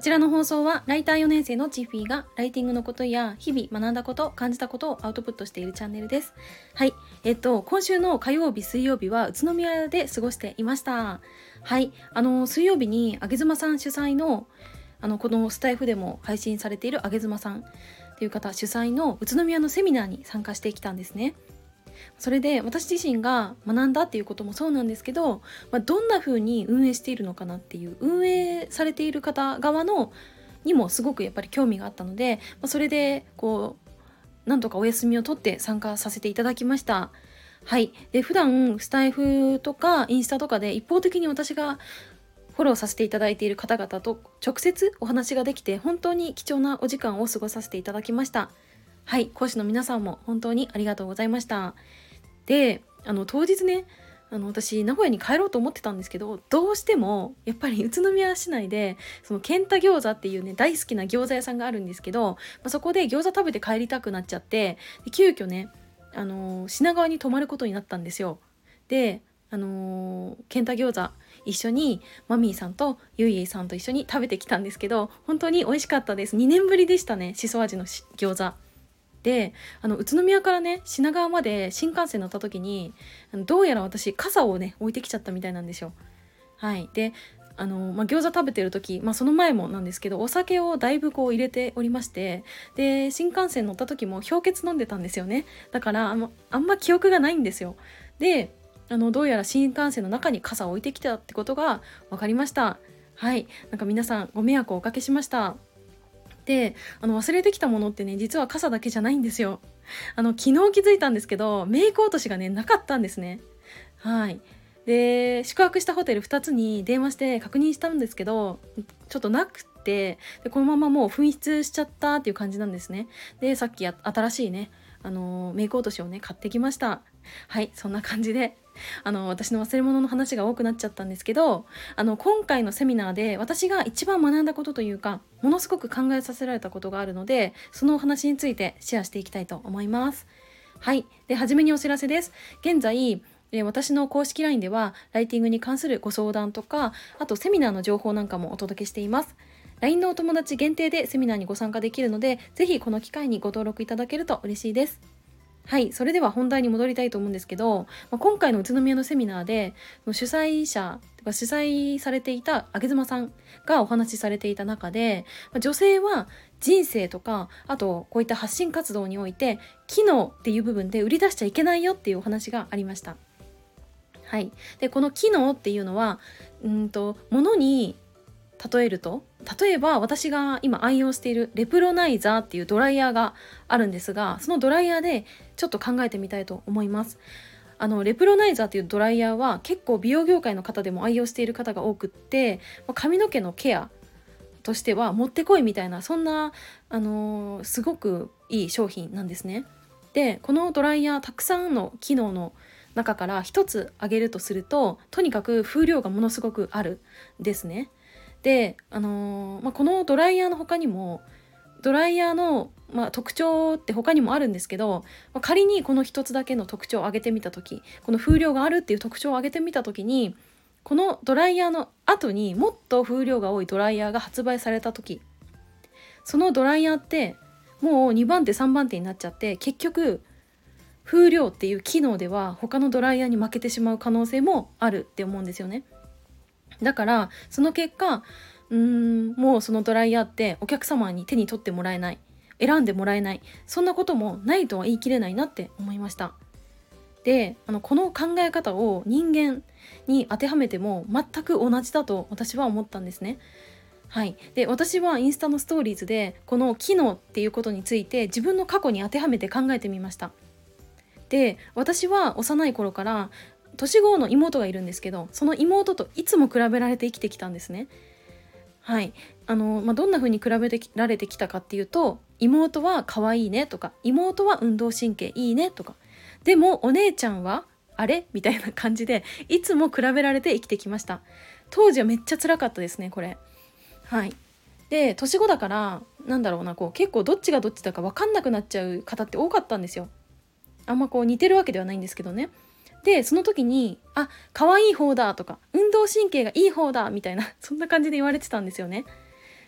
ちらの放送はライター4年生のチッフィーがライティングのことや日々学んだこと感じたことをアウトプットしているチャンネルです。はい、今週の火曜日水曜日は宇都宮で過ごしていました。はい、水曜日にあげずまさん主催のこのスタイフでも配信されているあげずまさんという方主催の宇都宮のセミナーに参加してきたんですね。それで私自身が学んだっていうこともそうなんですけど、どんな風に運営しているのかなっていう運営されている方側のにもすごくやっぱり興味があったので、それでなんとかお休みを取って参加させていただきました。はい。で普段スタイフとかインスタとかで一方的に私がフォローさせていただいている方々と直接お話ができて本当に貴重なお時間を過ごさせていただきました。はい、講師の皆さんも本当にありがとうございました。で、当日ね、私名古屋に帰ろうと思ってたんですけど、どうしてもやっぱり宇都宮市内でそのケンタ餃子っていうね大好きな餃子屋さんがあるんですけど、そこで餃子食べて帰りたくなっちゃって、で急遽ね、品川に泊まることになったんですよ。で、ケンタ餃子一緒にマミーさんとゆいえいさんと一緒に食べてきたんですけど、本当に美味しかったです。2年ぶりでしたね、しそ味の餃子で、宇都宮からね品川まで新幹線乗った時にどうやら私傘をね置いてきちゃったみたいなんですよ。はい。で餃子食べてる時、その前もなんですけどお酒をだいぶ入れておりまして、で新幹線乗った時も氷結飲んでたんですよね。だからあんま記憶がないんですよ。でどうやら新幹線の中に傘を置いてきたってことが分かりました。はい。なんか皆さんご迷惑をおかけしました。で忘れてきたものってね実は傘だけじゃないんですよ。昨日気づいたんですけどメイク落としがねなかったんですね。はい。で宿泊したホテル2つに電話して確認したんですけどちょっとなくて、でこのままもう紛失しちゃったっていう感じなんですね。でさっき新しいねメイク落としをね買ってきました。はい。そんな感じで私の忘れ物の話が多くなっちゃったんですけど、今回のセミナーで私が一番学んだことというかものすごく考えさせられたことがあるので、そのお話についてシェアしていきたいと思います。はい。で初めにお知らせです。現在私の公式 LINE ではライティングに関するご相談とか、あとセミナーの情報なんかもお届けしています。LINE のお友達限定でセミナーにご参加できるので、ぜひこの機会にご登録いただけると嬉しいです。はい。それでは本題に戻りたいと思うんですけど、今回の宇都宮のセミナーで主催されていたあげずまさんがお話しされていた中で、女性は人生とかあとこういった発信活動において機能っていう部分で売り出しちゃいけないよっていうお話がありました。はい。でこの機能っていうのは物に例えると、例えば私が今愛用しているレプロナイザーっていうドライヤーがあるんですが、そのドライヤーでちょっと考えてみたいと思います。レプロナイザーっていうドライヤーは結構美容業界の方でも愛用している方が多くって、髪の毛のケアとしてはもってこいみたいな、そんなすごくいい商品なんですね。でこのドライヤーたくさんの機能の中から一つ挙げるとすると、とにかく風量がものすごくあるですね。で、このドライヤーの他にもドライヤーの、特徴って他にもあるんですけど、仮にこの一つだけの特徴を挙げてみた時、この風量があるっていう特徴を挙げてみた時に、このドライヤーの後にもっと風量が多いドライヤーが発売された時、そのドライヤーってもう2番手3番手になっちゃって、結局風量っていう機能では他のドライヤーに負けてしまう可能性もあるって思うんですよね。だからその結果もうそのドライヤーってお客様に手に取ってもらえない、選んでもらえない、そんなこともないとは言い切れないなって思いました。でこの考え方を人間に当てはめても全く同じだと私は思ったんですね。はい。で私はインスタのストーリーズでこの機能っていうことについて自分の過去に当てはめて考えてみました。で私は幼い頃から年子の妹がいるんですけど、その妹といつも比べられて生きてきたんですね。はい。どんな風に比べてられてきたかっていうと、妹は可愛いねとか、妹は運動神経いいねとか、でもお姉ちゃんはあれみたいな感じでいつも比べられて生きてきました。当時はめっちゃ辛かったですね、これ。はい。で年子だから結構どっちがどっちだか分かんなくなっちゃう方って多かったんですよ。あんま似てるわけではないんですけどね。でその時に可愛い方だとか運動神経がいい方だみたいなそんな感じで言われてたんですよね。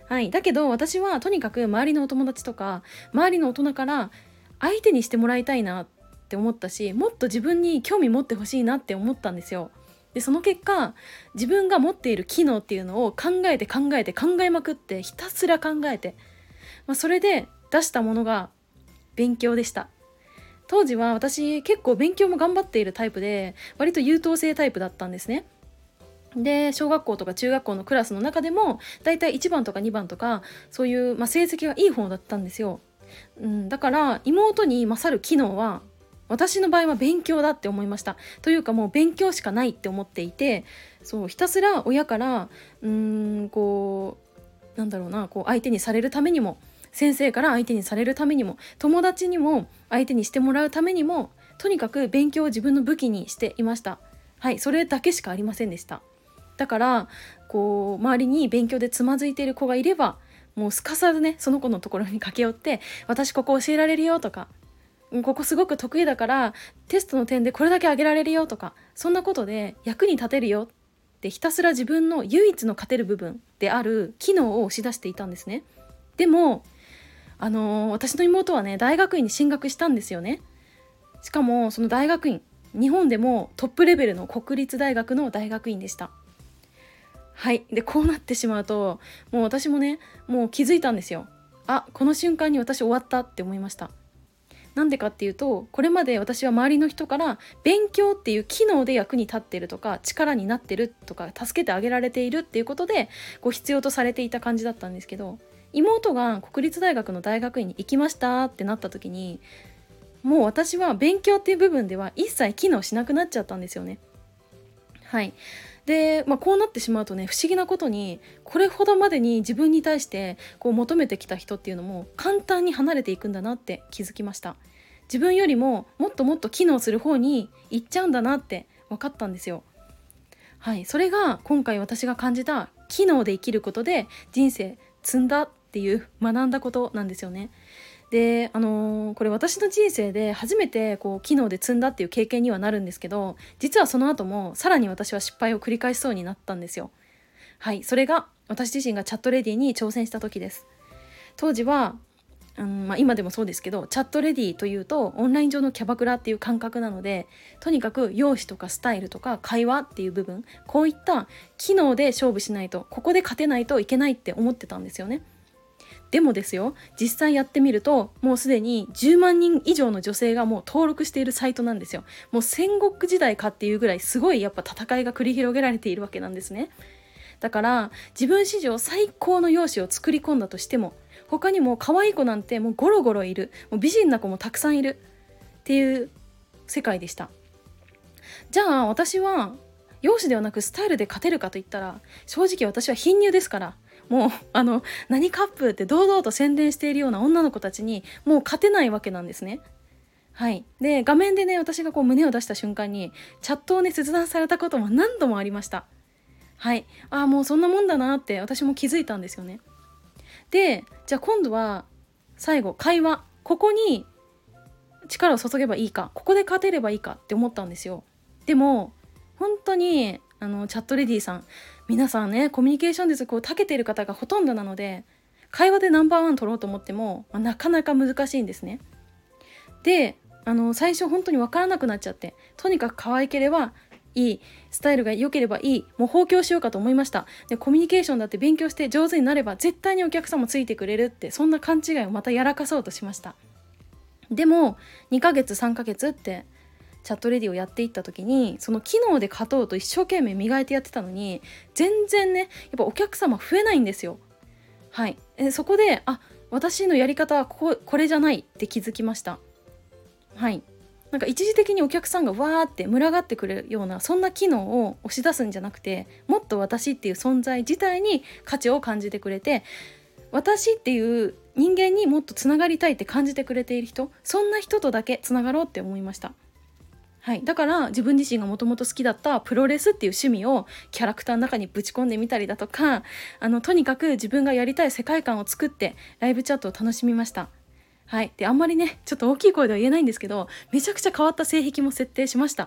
はい、だけど私はとにかく周りのお友達とか周りの大人から相手にしてもらいたいなって思ったし、もっと自分に興味持ってほしいなって思ったんですよ。でその結果、自分が持っている機能っていうのを考えて考えて考えまくって、ひたすら考えて、それで出したものが勉強でした。当時は私結構勉強も頑張っているタイプで、割と優等生タイプだったんですね。で小学校とか中学校のクラスの中でもだいたい1番とか2番とか、そういう、成績がいい方だったんですよ。だから妹に勝る機能は私の場合は勉強だって思いました。というかもう勉強しかないって思っていて、そうひたすら親からこうなんだろうな、こう相手にされるためにも、先生から相手にされるためにも、友達にも相手にしてもらうためにも、とにかく勉強を自分の武器にしていました。はい、それだけしかありませんでした。だからこう周りに勉強でつまずいている子がいれば、もうすかさずねその子のところに駆け寄って、私ここ教えられるよとか、ここすごく得意だからテストの点でこれだけ上げられるよとか、そんなことで役に立てるよってひたすら自分の唯一の勝てる部分である機能を押し出していたんですね。でも私の妹はね大学院に進学したんですよね。しかもその大学院、日本でもトップレベルの国立大学の大学院でした。はい。でこうなってしまうと、もう私もねもう気づいたんですよ。この瞬間に私終わったって思いました。なんでかっていうと、これまで私は周りの人から勉強っていう機能で役に立ってるとか、力になってるとか、助けてあげられているっていうことでこう必要とされていた感じだったんですけど、妹が国立大学の大学院に行きましたってなった時に、もう私は勉強っていう部分では一切機能しなくなっちゃったんですよね。はい。で、こうなってしまうとね、不思議なことにこれほどまでに自分に対してこう求めてきた人っていうのも簡単に離れていくんだなって気づきました。自分よりももっともっと機能する方に行っちゃうんだなって分かったんですよ。はい、それが今回私が感じた機能で生きることで人生積んだっていう学んだことなんですよね。で、これ私の人生で初めてこう機能で積んだっていう経験にはなるんですけど、実はその後もさらに私は失敗を繰り返しそうになったんですよ。はい、それが私自身がチャットレディに挑戦した時です。当時は今でもそうですけど、チャットレディというとオンライン上のキャバクラっていう感覚なので、とにかく容姿とかスタイルとか会話っていう部分、こういった機能で勝負しないと、ここで勝てないといけないって思ってたんですよね。でもですよ、実際やってみるともうすでに10万人以上の女性がもう登録しているサイトなんですよ。もう戦国時代かっていうぐらいすごいやっぱ戦いが繰り広げられているわけなんですね。だから自分史上最高の容姿を作り込んだとしても、他にも可愛い子なんてもうゴロゴロいる、もう美人な子もたくさんいるっていう世界でした。じゃあ私は容姿ではなくスタイルで勝てるかといったら、正直私は貧乳ですから、もう何カップって堂々と宣伝しているような女の子たちにもう勝てないわけなんですね。はい。で画面でね私がこう胸を出した瞬間にチャットをね切断されたことも何度もありました。はい。もうそんなもんだなって私も気づいたんですよね。でじゃあ今度は最後会話、ここに力を注げばいいか、ここで勝てればいいかって思ったんですよ。でも本当にチャットレディさん、皆さんねコミュニケーション術こう長けている方がほとんどなので、会話でナンバーワン取ろうと思っても、なかなか難しいんですね。で最初本当に分からなくなっちゃって、とにかく可愛ければいい、スタイルが良ければいい、もう放棄しようかと思いました。でコミュニケーションだって勉強して上手になれば絶対にお客さんもついてくれるって、そんな勘違いをまたやらかそうとしました。でも2ヶ月3ヶ月ってチャットレディをやっていった時に、その機能で勝とうと一生懸命磨いてやってたのに、全然ねやっぱお客様増えないんですよ。はい。そこで私のやり方はこれじゃないって気づきました。はい。なんか一時的にお客さんがわーって群がってくれるような、そんな機能を押し出すんじゃなくて、もっと私っていう存在自体に価値を感じてくれて、私っていう人間にもっとつながりたいって感じてくれている人、そんな人とだけつながろうって思いました。はい、だから自分自身がもともと好きだったプロレスっていう趣味をキャラクターの中にぶち込んでみたりだとか、とにかく自分がやりたい世界観を作ってライブチャットを楽しみました。はい。であんまりねちょっと大きい声では言えないんですけど、めちゃくちゃ変わった性癖も設定しました。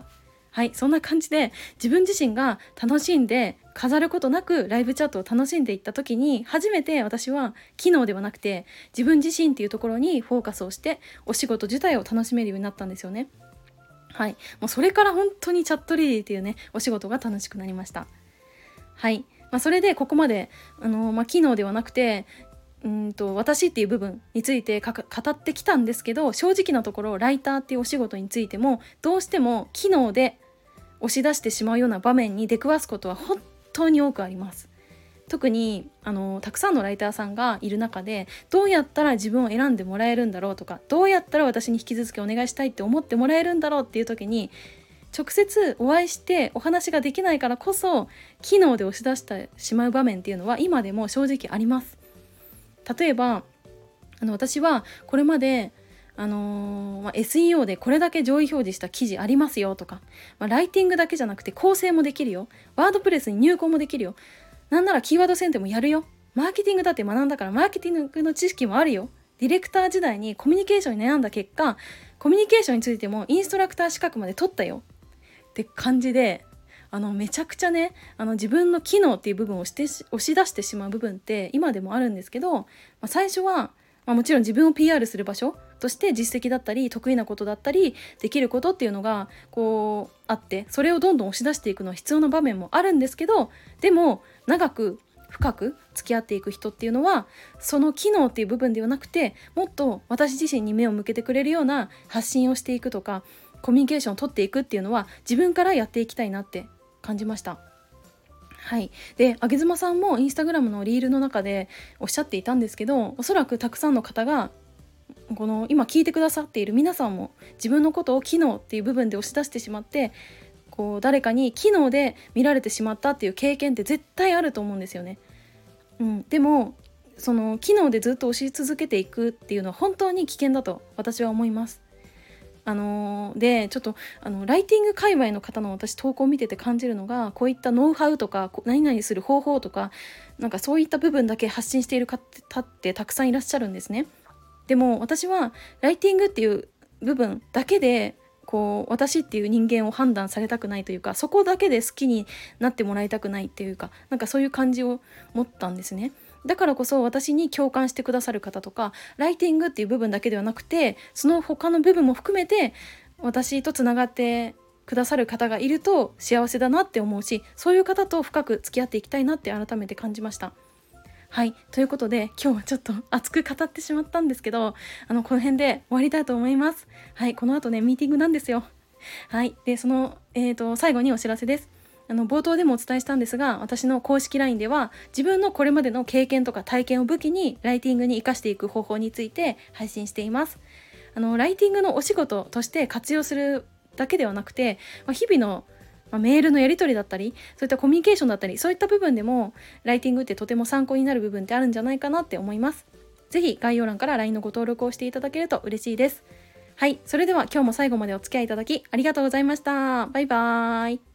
はい、そんな感じで自分自身が楽しんで飾ることなくライブチャットを楽しんでいった時に、初めて私は機能ではなくて自分自身っていうところにフォーカスをしてお仕事自体を楽しめるようになったんですよね。はい、もうそれから本当にチャットレディっていうねお仕事が楽しくなりました。はい、それでここまで機能ではなくて私っていう部分について語ってきたんですけど、正直なところライターっていうお仕事についてもどうしても機能で押し出してしまうような場面に出くわすことは本当に多くあります。特にたくさんのライターさんがいる中で、どうやったら自分を選んでもらえるんだろうとか、どうやったら私に引き続きお願いしたいって思ってもらえるんだろうっていう時に、直接お会いしてお話ができないからこそ機能で押し出してしまう場面っていうのは今でも正直あります。例えば私はこれまでSEO でこれだけ上位表示した記事ありますよとか、ライティングだけじゃなくて構成もできるよ、ワードプレスに入稿もできるよ、なんならキーワード選定もやるよ、マーケティングだって学んだからマーケティングの知識もあるよ、ディレクター時代にコミュニケーションに悩んだ結果コミュニケーションについてもインストラクター資格まで取ったよって感じで、めちゃくちゃね自分の機能っていう部分を押し出してしまう部分って今でもあるんですけど、最初は、もちろん自分を PR する場所として実績だったり得意なことだったりできることっていうのがこうあって、それをどんどん押し出していくのは必要な場面もあるんですけど、でも長く深く付き合っていく人っていうのはその機能っていう部分ではなくて、もっと私自身に目を向けてくれるような発信をしていくとかコミュニケーションを取っていくっていうのは自分からやっていきたいなって感じました。はい、で上妻さんもインスタグラムのリールの中でおっしゃっていたんですけど、おそらくたくさんの方がこの今聞いてくださっている皆さんも自分のことを機能っていう部分で押し出してしまってこう誰かに機能で見られてしまったっていう経験って絶対あると思うんですよね。でもその機能でずっと押し続けていくっていうのは本当に危険だと私は思います。でちょっとライティング界隈の方の私投稿を見てて感じるのが、こういったノウハウとか何々する方法とかなんかそういった部分だけ発信している方ってたくさんいらっしゃるんですね。でも私はライティングっていう部分だけでこう私っていう人間を判断されたくないというか、そこだけで好きになってもらいたくないっていうか、なんかそういう感じを持ったんですね。だからこそ私に共感してくださる方とか、ライティングっていう部分だけではなくてその他の部分も含めて私とつながってくださる方がいると幸せだなって思うし、そういう方と深く付き合っていきたいなって改めて感じました。はい、ということで今日はちょっと熱く語ってしまったんですけど、この辺で終わりたいと思います。はい、この後ねミーティングなんですよ。はい、でその、最後にお知らせです。冒頭でもお伝えしたんですが、私の公式 LINE では自分のこれまでの経験とか体験を武器にライティングに生かしていく方法について配信しています。ライティングのお仕事として活用するだけではなくて、日々のメールのやり取りだったりそういったコミュニケーションだったりそういった部分でもライティングってとても参考になる部分ってあるんじゃないかなって思います。ぜひ概要欄から LINE のご登録をしていただけると嬉しいです。はい、それでは今日も最後までお付き合いいただきありがとうございました。バイバーイ。